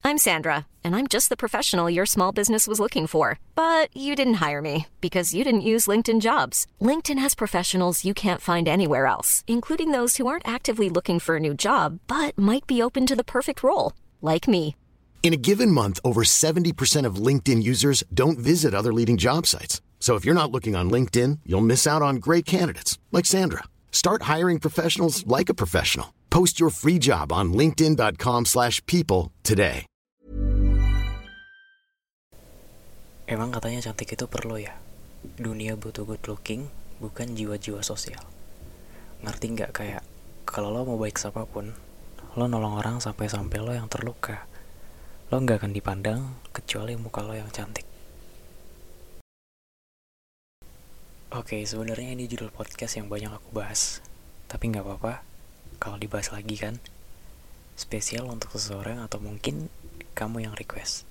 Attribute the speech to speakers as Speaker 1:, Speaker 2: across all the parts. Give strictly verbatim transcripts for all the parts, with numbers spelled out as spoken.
Speaker 1: I'm Sandra, and I'm just the professional your small business was looking for. But you didn't hire me because you didn't use LinkedIn Jobs. LinkedIn has professionals you can't find anywhere else, including those who aren't actively looking for a new job, but might be open to the perfect role, like me.
Speaker 2: In a given month, over seventy percent of LinkedIn users don't visit other leading job sites. So if you're not looking on LinkedIn, you'll miss out on great candidates like Sandra. Start hiring professionals like a professional. Post your free job on linkedin.com slash people today.
Speaker 3: Emang katanya cantik itu perlu ya? Dunia butuh good looking, bukan jiwa-jiwa sosial. Ngerti nggak kayak, kalau lo mau baik siapapun, lo nolong orang sampai-sampai lo yang terluka, lo nggak akan dipandang kecuali muka lo yang cantik. Oke, sebenarnya ini judul podcast yang banyak aku bahas, tapi nggak apa-apa kalau dibahas lagi kan. Spesial untuk seseorang atau mungkin kamu yang request.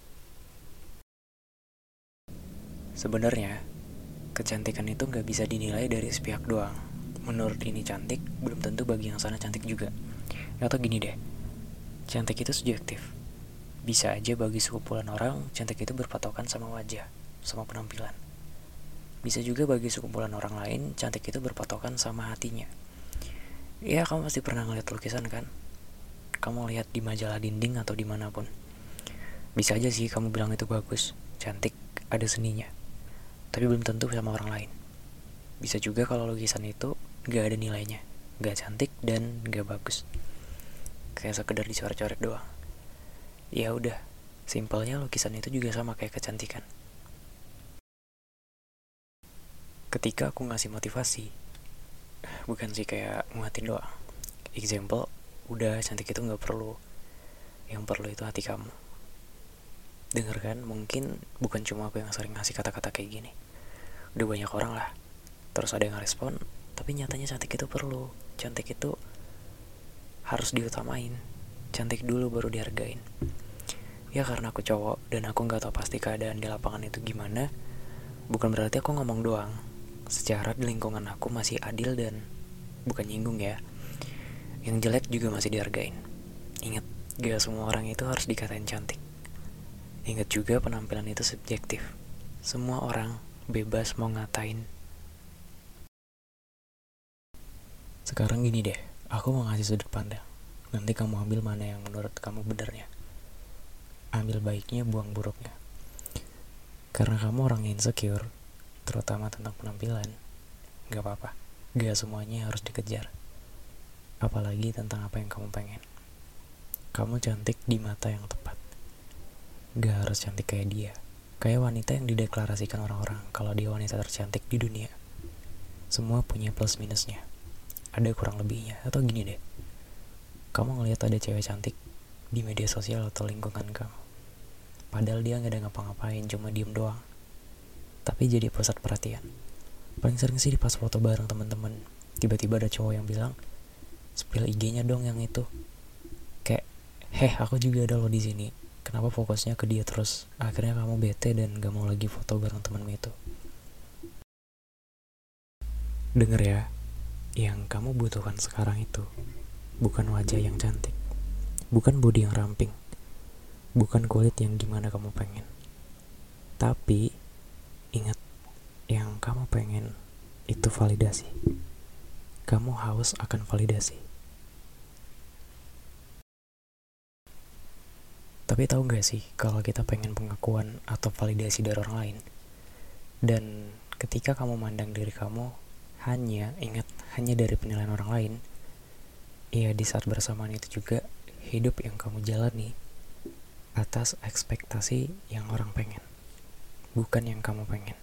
Speaker 3: Sebenarnya, kecantikan itu nggak bisa dinilai dari sepihak doang. Menurut ini cantik, belum tentu bagi yang sana cantik juga. Atau gini deh, cantik itu subjektif. Bisa aja bagi sekumpulan orang, cantik itu berpatokan sama wajah, sama penampilan. Bisa juga bagi sekumpulan orang lain, cantik itu berpatokan sama hatinya. Ya, kamu pasti pernah ngeliat lukisan kan? Kamu lihat di majalah dinding atau dimanapun. Bisa aja sih kamu bilang itu bagus, cantik, ada seninya. Tapi belum tentu sama orang lain. Bisa juga kalau lukisan itu gak ada nilainya, gak cantik dan gak bagus, kayak sekedar dicoret-coret doang. Ya udah, simpelnya lukisan itu juga sama kayak kecantikan. Ketika aku ngasih motivasi, bukan sih kayak nguatin doang. Example, udah cantik itu gak perlu. Yang perlu itu hati kamu. Dengar kan, mungkin bukan cuma aku yang sering ngasih kata-kata kayak gini. Udah banyak orang lah. Terus ada yang ngerespon, tapi nyatanya cantik itu perlu. Cantik itu harus diutamain. Cantik dulu baru dihargain. Ya karena aku cowok dan aku gak tahu pasti keadaan di lapangan itu gimana, bukan berarti aku ngomong doang. Secara di lingkungan aku masih adil dan bukan nyinggung ya. Yang jelek juga masih dihargain. Ingat, gak semua orang itu harus dikatain cantik. Ingat juga penampilan itu subjektif. Semua orang bebas mau ngatain. Sekarang gini deh, aku mau ngasih sudut pandang. Nanti kamu ambil mana yang menurut kamu benarnya. Ambil baiknya, buang buruknya. Karena kamu orang insecure, terutama tentang penampilan, gak apa-apa. Gak semuanya harus dikejar. Apalagi tentang apa yang kamu pengen. Kamu cantik di mata yang tepat. Gak harus cantik kayak dia. Kayak wanita yang dideklarasikan orang-orang kalau dia wanita tercantik di dunia. Semua punya plus minusnya. Ada kurang lebihnya. Atau gini deh, kamu ngelihat ada cewek cantik di media sosial atau lingkungan kamu, padahal dia gak ada ngapa-ngapain, cuma diem doang, tapi jadi pusat perhatian. Paling sering sih pas foto bareng teman-teman, tiba-tiba ada cowok yang bilang, spill I G-nya dong yang itu. Kayak, heh aku juga ada lo di sini. Kenapa fokusnya ke dia terus? Akhirnya kamu bete dan gak mau lagi foto bareng temanmu itu. Dengar ya, yang kamu butuhkan sekarang itu bukan wajah yang cantik, bukan body yang ramping, bukan kulit yang gimana kamu pengen. Tapi ingat, yang kamu pengen itu validasi. Kamu haus akan validasi. Tapi tahu gak sih, kalau kita pengen pengakuan atau validasi dari orang lain, dan ketika kamu mandang diri kamu hanya, ingat, hanya dari penilaian orang lain, ya di saat bersamaan itu juga hidup yang kamu jalani atas ekspektasi yang orang pengen, bukan yang kamu pengen.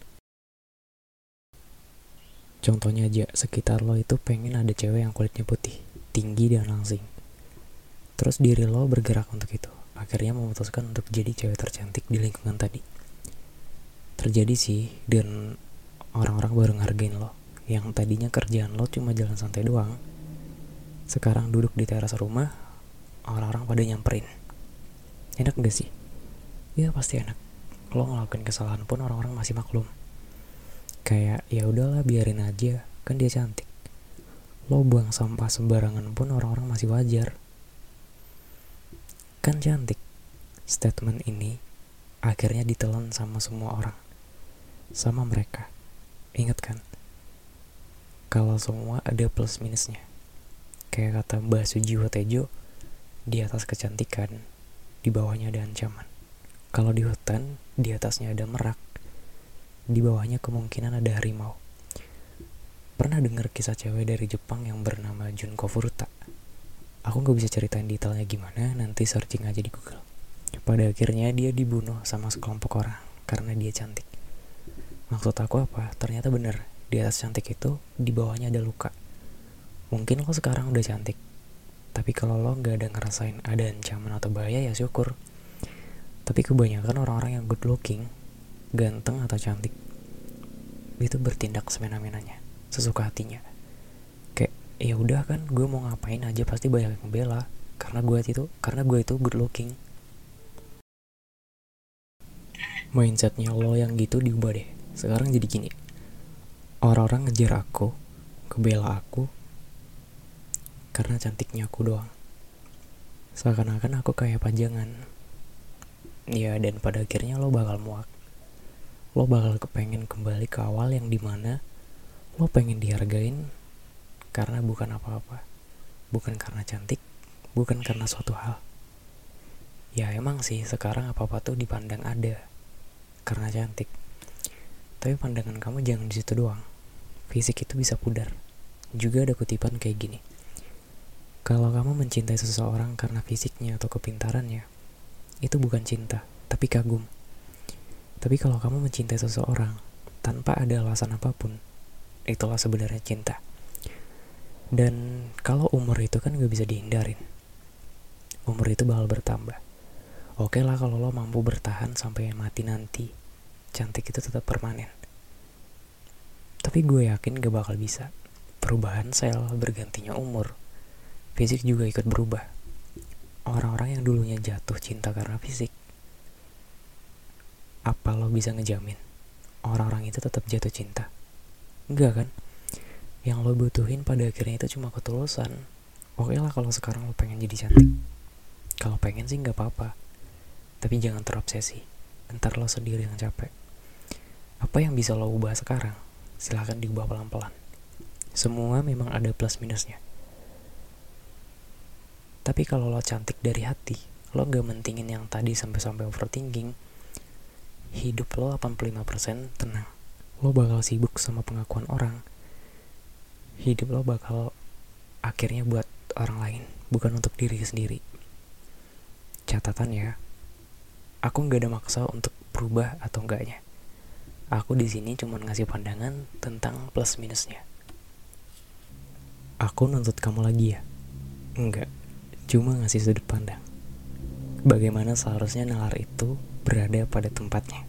Speaker 3: Contohnya aja, sekitar lo itu pengen ada cewek yang kulitnya putih, tinggi dan langsing. Terus diri lo bergerak untuk itu, akhirnya memutuskan untuk jadi cewek tercantik di lingkungan tadi. Terjadi sih, dan orang-orang baru ngehargain lo. Yang tadinya kerjaan lo cuma jalan santai doang, sekarang duduk di teras rumah, orang-orang pada nyamperin. Enak gak sih? Ya pasti enak. Lo ngelakuin kesalahan pun orang-orang masih maklum. Kayak ya udahlah biarin aja, kan dia cantik. Lo buang sampah sembarangan pun orang-orang masih wajar. Kan cantik. Statement ini akhirnya ditelan sama semua orang, sama mereka. Ingat kan, kalau semua ada plus minusnya. Kayak kata Mbah Sujiwo Tejo, di atas kecantikan, di bawahnya ada ancaman. Kalau di hutan, di atasnya ada merak, di bawahnya kemungkinan ada harimau. Pernah dengar kisah cewek dari Jepang yang bernama Junko Furuta? Aku gak bisa ceritain detailnya gimana, nanti searching aja di Google. Pada akhirnya dia dibunuh sama sekelompok orang karena dia cantik. Maksud aku apa? Ternyata bener, di atas cantik itu, di bawahnya ada luka. Mungkin lo sekarang udah cantik, tapi kalau lo gak ada ngerasain ada ancaman atau bahaya ya syukur. Tapi kebanyakan orang-orang yang good looking, ganteng atau cantik, itu bertindak semena-menanya, sesuka hatinya. Kayak ya udah kan, gue mau ngapain aja pasti banyak yang bela karena gue itu karena gue itu good looking. Mindsetnya lo yang gitu diubah deh. Sekarang jadi gini, orang-orang ngejar aku, kebela aku karena cantiknya aku doang. Seakan-akan aku kayak pajangan. Ya, dan pada akhirnya lo bakal muak. Lo bakal kepengen kembali ke awal yang dimana lo pengen dihargain karena bukan apa-apa, bukan karena cantik, bukan karena suatu hal. Ya emang sih sekarang apa-apa tuh dipandang ada karena cantik. Tapi pandangan kamu jangan di situ doang. Fisik itu bisa pudar. Juga ada kutipan kayak gini, kalau kamu mencintai seseorang karena fisiknya atau kepintarannya, itu bukan cinta, tapi kagum. Tapi kalau kamu mencintai seseorang tanpa ada alasan apapun, itulah sebenarnya cinta. Dan kalau umur itu kan gak bisa dihindarin. Umur itu bakal bertambah. Oke lah kalau lo mampu bertahan sampai mati nanti, cantik itu tetap permanen. Tapi gue yakin gak bakal bisa. Perubahan sel, bergantinya umur, fisik juga ikut berubah. Orang-orang yang dulunya jatuh cinta karena fisik, apa lo bisa ngejamin orang-orang itu tetap jatuh cinta? Enggak kan? Yang lo butuhin pada akhirnya itu cuma ketulusan. Oke lah kalau sekarang lo pengen jadi cantik, kalau pengen sih gak apa-apa, tapi jangan terobsesi. Ntar lo sendiri yang capek. Apa yang bisa lo ubah sekarang, silahkan diubah pelan-pelan. Semua memang ada plus minusnya. Tapi kalau lo cantik dari hati, lo gak mentingin yang tadi sampai-sampai overthinking, hidup lo delapan puluh lima persen tenang. Lo bakal sibuk sama pengakuan orang. Hidup lo bakal akhirnya buat orang lain, bukan untuk diri sendiri. Catatan ya, aku gak ada maksa untuk berubah atau enggaknya. Aku di sini cuma ngasih pandangan tentang plus minusnya. Aku nuntut kamu lagi ya? Enggak, cuma ngasih sudut pandang. Bagaimana seharusnya nalar itu berada pada tempatnya.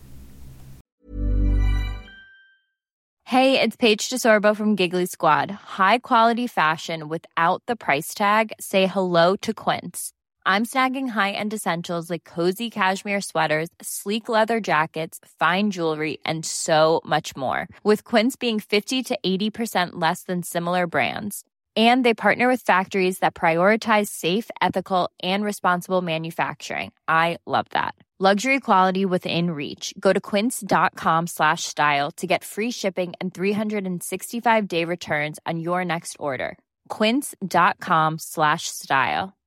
Speaker 4: Hey, it's Paige DeSorbo from Giggly Squad. High quality fashion without the price tag. Say hello to Quince. I'm snagging high-end essentials like cozy cashmere sweaters, sleek leather jackets, fine jewelry, and so much more. With Quince being fifty to eighty percent less than similar brands. And they partner with factories that prioritize safe, ethical, and responsible manufacturing. I love that. Luxury quality within reach. Go to quince.com slash style to get free shipping and three sixty-five day returns on your next order. Quince.com slash style.